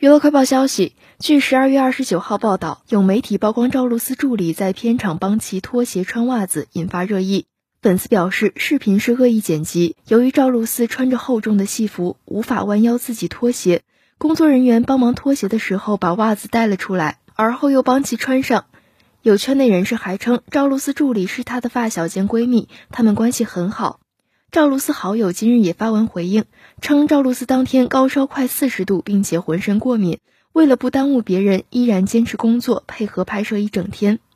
娱乐快报消息，据12月29号报道，有媒体曝光赵露思助理在片场帮其脱鞋穿袜子，引发热议。粉丝表示，视频是恶意剪辑，由于赵露思穿着厚重的戏服，无法弯腰自己脱鞋，工作人员帮忙脱鞋的时候把袜子带了出来，而后又帮其穿上。有圈内人士还称，赵露思助理是她的发小兼闺蜜，他们关系很好。赵露思好友今日也发文回应，称赵露思当天高烧快40度，并且浑身过敏，为了不耽误别人，依然坚持工作，配合拍摄一整天。